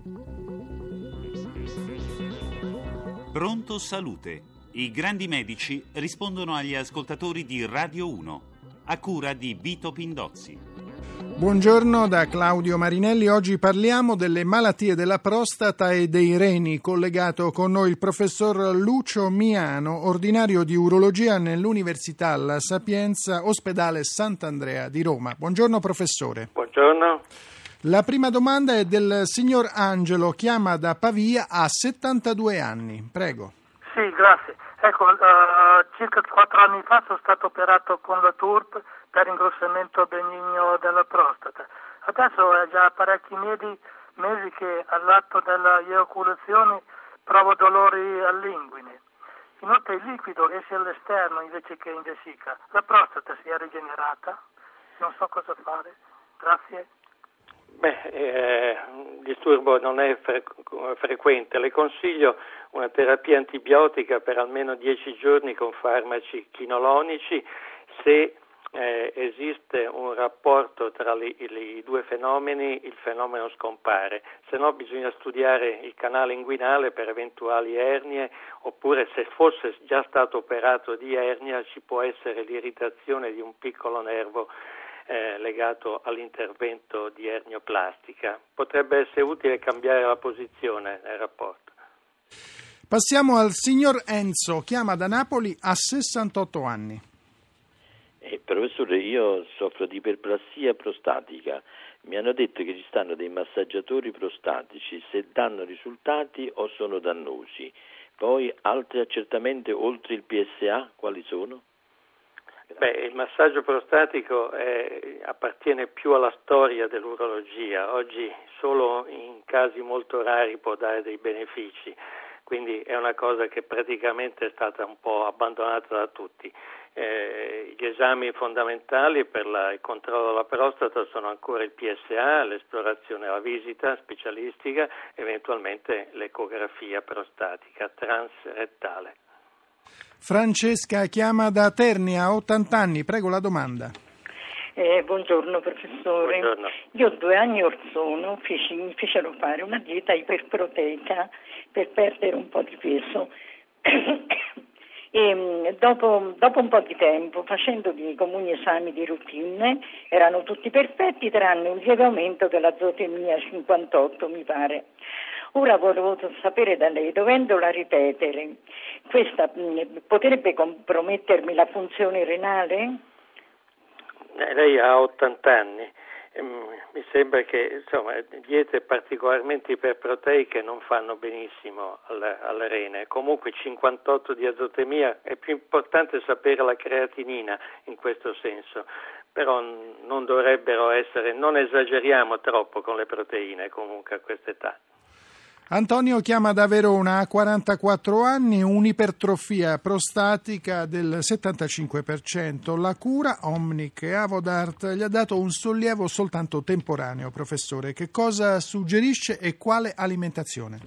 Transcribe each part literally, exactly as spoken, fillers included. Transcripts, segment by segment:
Pronto Salute. I grandi medici rispondono agli ascoltatori di Radio uno, a cura di Vito Pindozzi. Buongiorno da Claudio Marinelli. Oggi parliamo delle malattie della prostata e dei reni. Collegato con noi il professor Lucio Miano, ordinario di urologia nell'Università La Sapienza, ospedale Sant'Andrea di Roma. Buongiorno professore. Buongiorno. La prima domanda è del signor Angelo, chiama da Pavia, ha settantadue anni. Prego. Sì, grazie. Ecco, uh, circa quattro anni fa sono stato operato con la T U R P per ingrossamento benigno della prostata. Adesso è già parecchi mesi, mesi che all'atto della eiaculazione provo dolori all'inguine. Inoltre il liquido esce all'esterno invece che in vescica. La prostata si è rigenerata? Non so cosa fare. Grazie. Beh, eh, il disturbo non è fre- frequente. Le consiglio una terapia antibiotica per almeno dieci giorni con farmaci chinolonici. Se eh, esiste un rapporto tra li, li, i due fenomeni, il fenomeno scompare. Se no bisogna studiare il canale inguinale per eventuali ernie, oppure se fosse già stato operato di ernia ci può essere l'irritazione di un piccolo nervo Eh, legato all'intervento di ernioplastica. Potrebbe essere utile cambiare la posizione nel rapporto. Passiamo al signor Enzo, chiama da Napoli, ha sessantotto anni. Eh, professore, io soffro di iperplassia prostatica. Mi hanno detto che ci stanno dei massaggiatori prostatici, se danno risultati o sono dannosi. Poi altri accertamenti oltre il P S A, quali sono? Beh, il massaggio prostatico è, appartiene più alla storia dell'urologia. Oggi solo in casi molto rari può dare dei benefici, quindi è una cosa che praticamente è stata un po' abbandonata da tutti. Eh, gli esami fondamentali per la, il controllo della prostata sono ancora il P S A, l'esplorazione, la visita specialistica, eventualmente l'ecografia prostatica transrettale. Francesca chiama da Terni, ha ottanta anni, prego la domanda. Eh, buongiorno professore. Buongiorno. Io due anni or sono feci, mi fecero fare una dieta iperproteica per perdere un po' di peso e dopo, dopo un po' di tempo, facendo i comuni esami di routine, erano tutti perfetti tranne un lieve aumento della zootecnia cinquantotto mi pare. Ora volevo sapere da lei, dovendola ripetere, questa mh, potrebbe compromettermi la funzione renale? Eh, lei ha ottanta anni, ehm, mi sembra che insomma diete particolarmente iperproteiche non fanno benissimo alle, alle rene. Comunque cinquantotto di azotemia, è più importante sapere la creatinina in questo senso, però non dovrebbero essere, non esageriamo troppo con le proteine comunque a questa età. Antonio chiama da Verona, ha quarantaquattro anni, un'ipertrofia prostatica del settantacinque per cento. La cura Omnic e Avodart gli ha dato un sollievo soltanto temporaneo, professore. Che cosa suggerisce e quale alimentazione?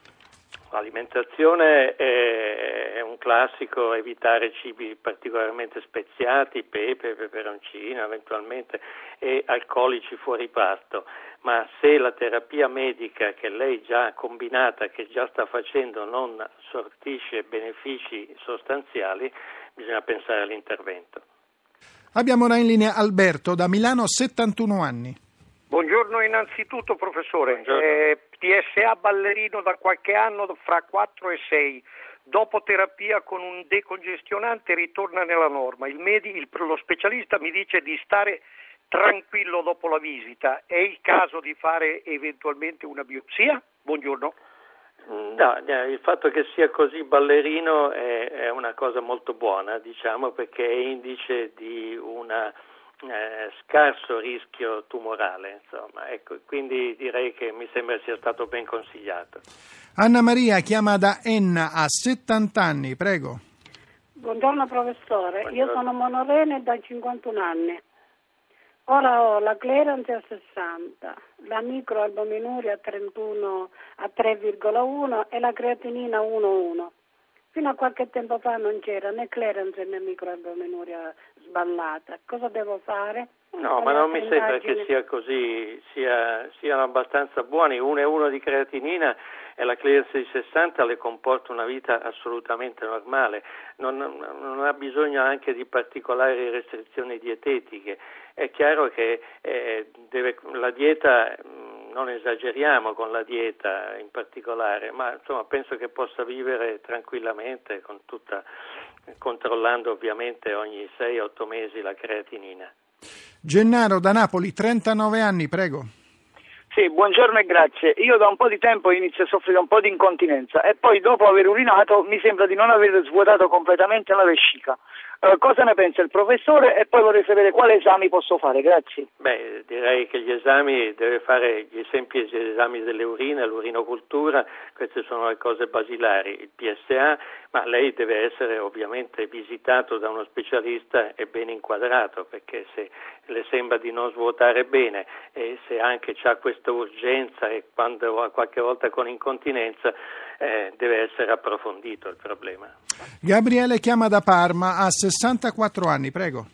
L'alimentazione è un classico, evitare cibi particolarmente speziati, pepe, peperoncino eventualmente e alcolici fuori pasto, ma se la terapia medica che lei già ha combinata, che già sta facendo, non sortisce benefici sostanziali, bisogna pensare all'intervento. Abbiamo ora in linea Alberto da Milano, settantuno anni. Buongiorno innanzitutto professore, Buongiorno. Eh, P S A ballerino da qualche anno fra quattro e sei, dopo terapia con un decongestionante ritorna nella norma, il medi- il, lo specialista mi dice di stare tranquillo dopo la visita, è il caso di fare eventualmente una biopsia? Buongiorno. No, il fatto che sia così ballerino è, è una cosa molto buona, diciamo, perché è indice di una Eh, scarso rischio tumorale, insomma, ecco, quindi direi che mi sembra sia stato ben consigliato. Anna Maria chiama da Enna, ha settanta anni, prego. Buongiorno professore, Buongiorno. Io sono monorene da cinquantuno anni. Ora ho la clearance a sessanta, la microalbuminuria a trentuno a tre virgola uno e la creatinina uno virgola uno. Fino a qualche tempo fa non c'era né clearance né microalbuminuria sballata. Cosa devo fare? No, ma non mi sembra che sia così, sia, siano abbastanza buoni. uno e uno di creatinina e la clearance di sessanta le comporta una vita assolutamente normale, non, non ha bisogno anche di particolari restrizioni dietetiche. È chiaro che eh, deve, la dieta, non esageriamo con la dieta in particolare, ma insomma penso che possa vivere tranquillamente con tutta, controllando ovviamente ogni sei otto mesi la creatinina. Gennaro da Napoli, trentanove anni, prego. Sì, buongiorno e grazie. Io da un po' di tempo inizio a soffrire un po' di incontinenza e poi dopo aver urinato mi sembra di non aver svuotato completamente la vescica. Uh, cosa ne pensa il professore? E poi vorrei sapere quali esami posso fare, grazie. Beh, direi che gli esami, deve fare gli semplici esami delle urine, l'urinocultura, queste sono le cose basilari, il P S A, ma lei deve essere ovviamente visitato da uno specialista e ben inquadrato, perché se le sembra di non svuotare bene e se anche c'ha questa urgenza e quando qualche volta con incontinenza, eh, deve essere approfondito il problema. Gabriele chiama da Parma, ha sessantaquattro anni, prego.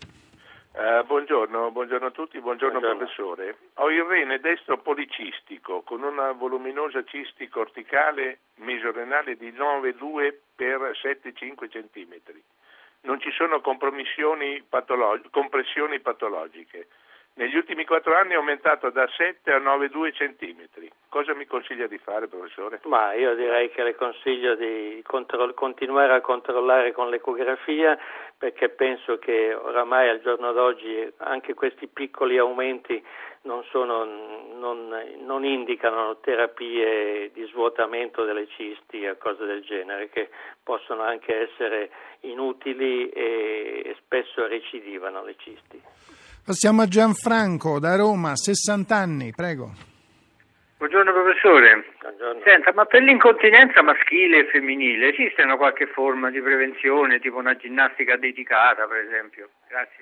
Uh, buongiorno, buongiorno a tutti, buongiorno, buongiorno professore. Ho il rene destro policistico con una voluminosa cisti corticale mesorenale di nove virgola due per sette virgola cinque centimetri. Non ci sono compromissioni patolog- compressioni patologiche. Negli ultimi quattro anni è aumentato da sette a nove virgola due centimetri. Cosa mi consiglia di fare, professore? Ma io direi che le consiglio di control- continuare a controllare con l'ecografia, perché penso che oramai al giorno d'oggi anche questi piccoli aumenti non, sono, non, non indicano terapie di svuotamento delle cisti o cose del genere, che possono anche essere inutili e, e spesso recidivano le cisti. Passiamo a Gianfranco da Roma, sessanta anni, prego. Buongiorno professore. Buongiorno. Senta, ma per l'incontinenza maschile e femminile esiste una qualche forma di prevenzione, tipo una ginnastica dedicata, per esempio? Grazie.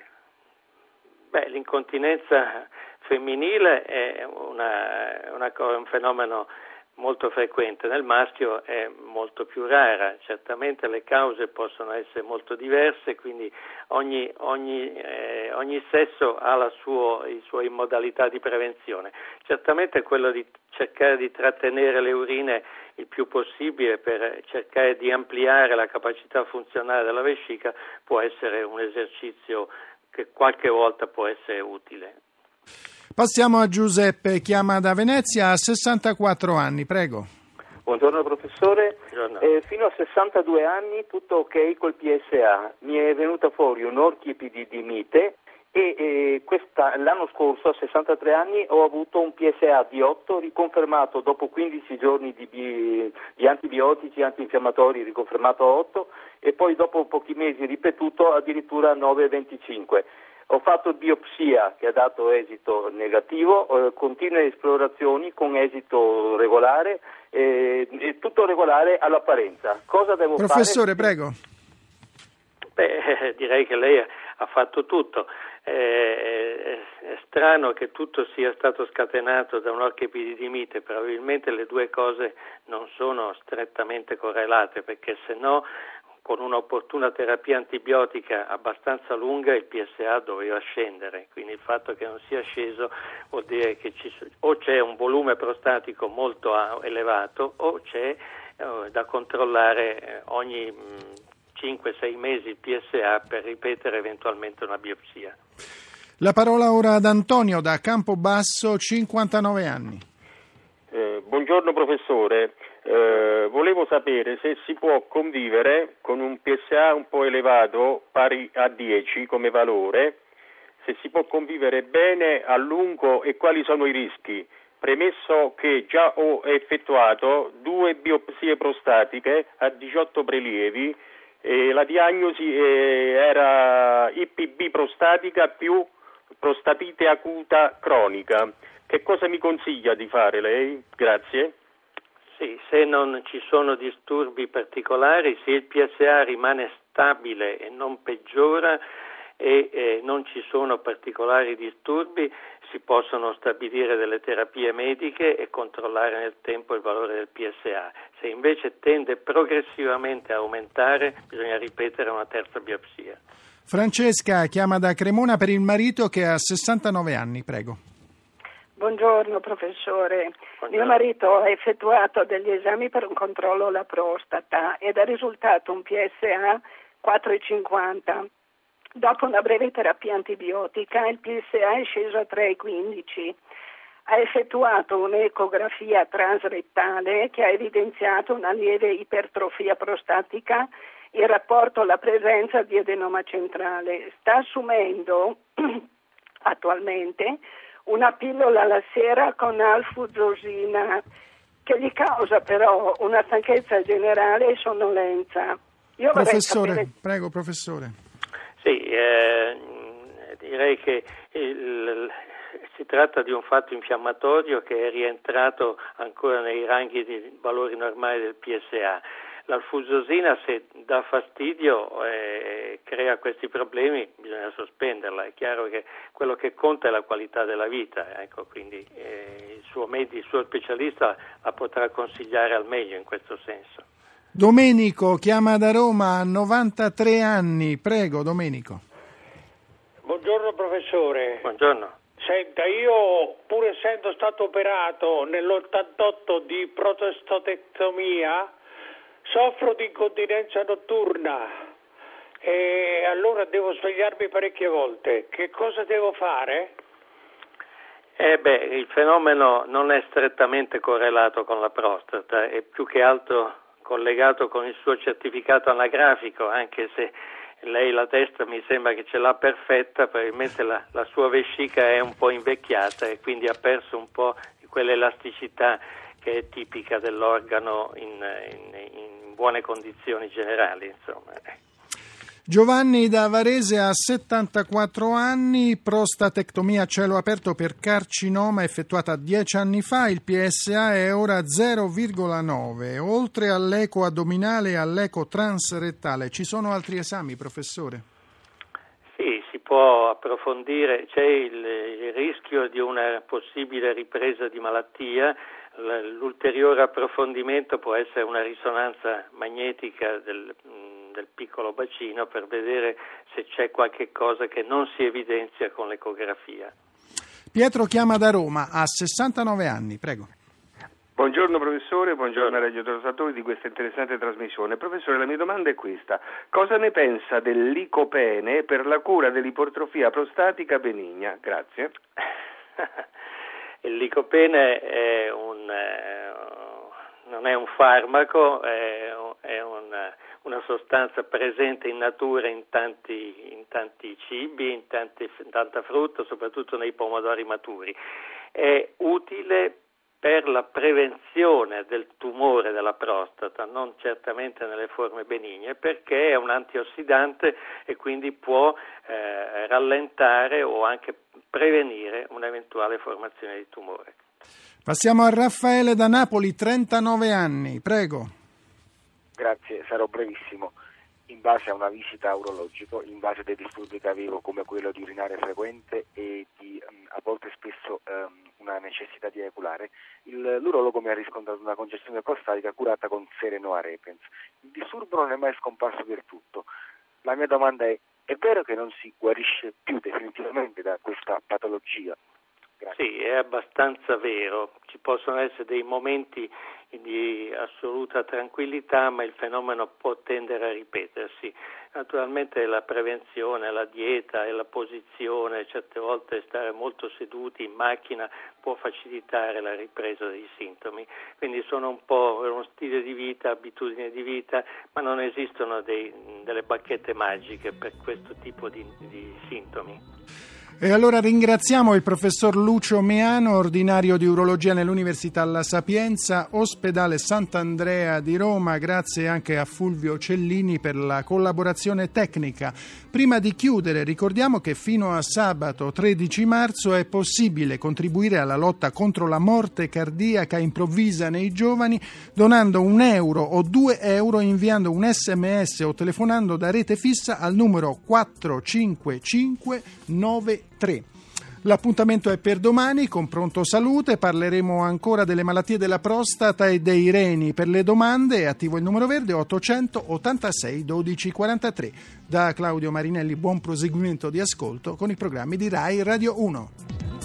Beh, l'incontinenza femminile è una, una, un fenomeno molto frequente, nel maschio è molto più rara, certamente le cause possono essere molto diverse, quindi ogni, ogni, eh, ogni sesso ha la suo, i suoi modalità di prevenzione. Certamente quello di cercare di trattenere le urine il più possibile per cercare di ampliare la capacità funzionale della vescica può essere un esercizio che qualche volta può essere utile. Passiamo a Giuseppe, chiama da Venezia, ha sessantaquattro anni, prego. Buongiorno professore, Buongiorno. Eh, fino a sessantadue anni tutto ok col P S A, mi è venuta fuori un'orchipididimite e eh, questa, l'anno scorso a sessantatré anni ho avuto un P S A di otto riconfermato dopo quindici giorni di, bi, di antibiotici, antinfiammatori, riconfermato a otto e poi dopo pochi mesi ripetuto addirittura a nove virgola venticinque. Ho fatto biopsia che ha dato esito negativo, eh, continue esplorazioni con esito regolare, eh, tutto regolare all'apparenza. Cosa devo Professore, fare? prego. Beh, direi che lei ha fatto tutto. Eh, è strano che tutto sia stato scatenato da un'orchipididimite, probabilmente le due cose non sono strettamente correlate, perché se no con un'opportuna terapia antibiotica abbastanza lunga il P S A doveva scendere, quindi il fatto che non sia sceso vuol dire che ci, o c'è un volume prostatico molto elevato o c'è eh, da controllare eh, ogni cinque sei mesi il P S A per ripetere eventualmente una biopsia. La parola ora ad Antonio da Campobasso, cinquantanove anni. Eh, buongiorno professore. Eh, volevo sapere se si può convivere con un P S A un po' elevato, pari a dieci come valore, se si può convivere bene a lungo e quali sono i rischi, premesso che già ho effettuato due biopsie prostatiche a diciotto prelievi e la diagnosi era I P B prostatica più prostatite acuta cronica. Che cosa mi consiglia di fare lei? Grazie. Sì, se non ci sono disturbi particolari, se il P S A rimane stabile e non peggiora, e eh, non ci sono particolari disturbi, si possono stabilire delle terapie mediche e controllare nel tempo il valore del P S A. Se invece tende progressivamente a aumentare, bisogna ripetere una terza biopsia. Francesca chiama da Cremona per il marito che ha sessantanove anni, prego. Buongiorno professore, Buongiorno. Mio marito ha effettuato degli esami per un controllo alla prostata ed è risultato un P S A quattro virgola cinquanta. Dopo una breve terapia antibiotica il P S A è sceso a tre virgola quindici. Ha effettuato un'ecografia transrettale che ha evidenziato una lieve ipertrofia prostatica in rapporto alla presenza di adenoma centrale. Sta assumendo attualmente una pillola alla sera con alfuzosina che gli causa però una stanchezza generale e sonnolenza. Io Professore, sapere... prego professore. Sì, eh, direi che il, si tratta di un fatto infiammatorio che è rientrato ancora nei ranghi di valori normali del P S A. L'alfuzosina, se dà fastidio e crea questi problemi, bisogna sospenderla. È chiaro che quello che conta è la qualità della vita, ecco, quindi eh, il suo medico, il suo specialista la potrà consigliare al meglio in questo senso. Domenico chiama da Roma, ha novantatré anni, prego Domenico. Buongiorno professore. Buongiorno. Senta, io pur essendo stato operato nell'ottantotto di prostatectomia soffro di incontinenza notturna e allora devo svegliarmi parecchie volte. Che cosa devo fare? Eh beh, il fenomeno non è strettamente correlato con la prostata, è più che altro collegato con il suo certificato anagrafico, anche se lei la testa mi sembra che ce l'ha perfetta, probabilmente la, la sua vescica è un po' invecchiata e quindi ha perso un po' di quell'elasticità che è tipica dell'organo in, in, in buone condizioni generali, insomma. Giovanni da Varese ha settantaquattro anni, prostatectomia a cielo aperto per carcinoma effettuata dieci anni fa, il P S A è ora zero virgola nove. Oltre all'eco addominale e all'eco transrettale, ci sono altri esami, professore? Sì, si può approfondire, c'è il, il rischio di una possibile ripresa di malattia. L'ulteriore approfondimento può essere una risonanza magnetica del, del piccolo bacino per vedere se c'è qualche cosa che non si evidenzia con l'ecografia. Pietro chiama da Roma, ha sessantanove anni, prego. Buongiorno professore, buongiorno ai radioascoltatori di questa interessante trasmissione. Professore, la mia domanda è questa: cosa ne pensa del licopene per la cura dell'ipertrofia prostatica benigna? Grazie. Il licopene è un, eh, non è un farmaco, è, è una, una sostanza presente in natura in tanti, in tanti cibi, in, tanti, in tanta frutta, soprattutto nei pomodori maturi. È utile per la prevenzione del tumore della prostata, non certamente nelle forme benigne, perché è un antiossidante e quindi può eh, rallentare o anche prevenire un'eventuale formazione di tumore. Passiamo a Raffaele da Napoli, trentanove anni, prego. Grazie, sarò brevissimo. In base a una visita a urologico, in base a dei disturbi che avevo come quello di urinare frequente e di a volte spesso um, una necessità di ejaculare, il, l'urologo mi ha riscontrato una congestione prostatica curata con Serenoa repens. Il disturbo non è mai scomparso del tutto. La mia domanda è: è vero che non si guarisce più definitivamente da questa patologia? Grazie. Sì, è abbastanza vero. Ci possono essere dei momenti di assoluta tranquillità, ma il fenomeno può tendere a ripetersi. Naturalmente la prevenzione, la dieta e la posizione, certe volte stare molto seduti in macchina può facilitare la ripresa dei sintomi. Quindi sono un po' uno stile di vita, abitudine di vita, ma non esistono dei, delle bacchette magiche per questo tipo di, di sintomi. E allora ringraziamo il professor Lucio Meano, ordinario di urologia nell'Università La Sapienza, ospedale Sant'Andrea di Roma. Grazie anche a Fulvio Cellini per la collaborazione tecnica. Prima di chiudere ricordiamo che fino a sabato tredici marzo è possibile contribuire alla lotta contro la morte cardiaca improvvisa nei giovani donando un euro o due euro, inviando un sms o telefonando da rete fissa al numero quattro cinque cinque nove tre. L'appuntamento è per domani con Pronto Salute. Parleremo ancora delle malattie della prostata e dei reni. Per le domande è attivo il numero verde ottocentottantasei dodici quarantatré. Da Claudio Marinelli buon proseguimento di ascolto con i programmi di Rai Radio uno.